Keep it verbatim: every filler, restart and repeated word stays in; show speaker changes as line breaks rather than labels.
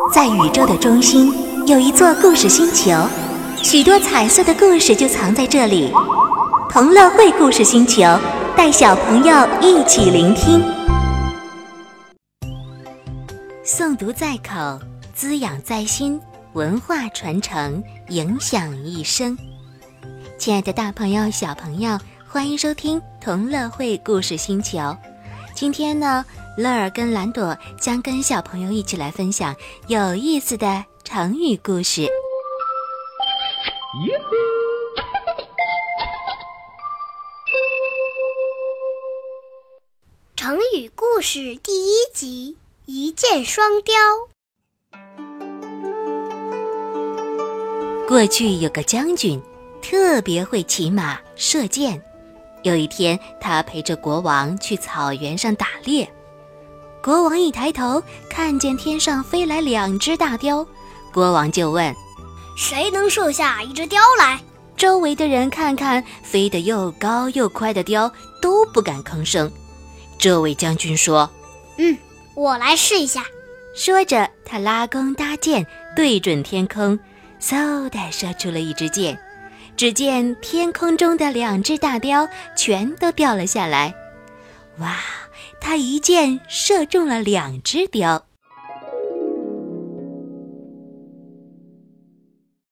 在宇宙的中心有一座故事星球，许多彩色的故事就藏在这里。同乐会故事星球，带小朋友一起聆听。诵读在口，滋养在心，文化传承，影响一生。亲爱的大朋友小朋友，欢迎收听同乐会故事星球。今天呢，乐儿跟蓝朵将跟小朋友一起来分享有意思的成语故事。
成语故事第一集，一箭双雕。
过去有个将军，特别会骑马射箭。有一天，他陪着国王去草原上打猎。国王一抬头，看见天上飞来两只大雕，国王就问：
谁能射下一只雕来？
周围的人看看飞得又高又快的雕，都不敢吭声。这位将军说：
嗯，我来试一下。
说着，他拉弓搭箭，对准天空，嗖地射出了一支箭。只见天空中的两只大雕全都掉了下来。哇，他一箭射中了两只雕。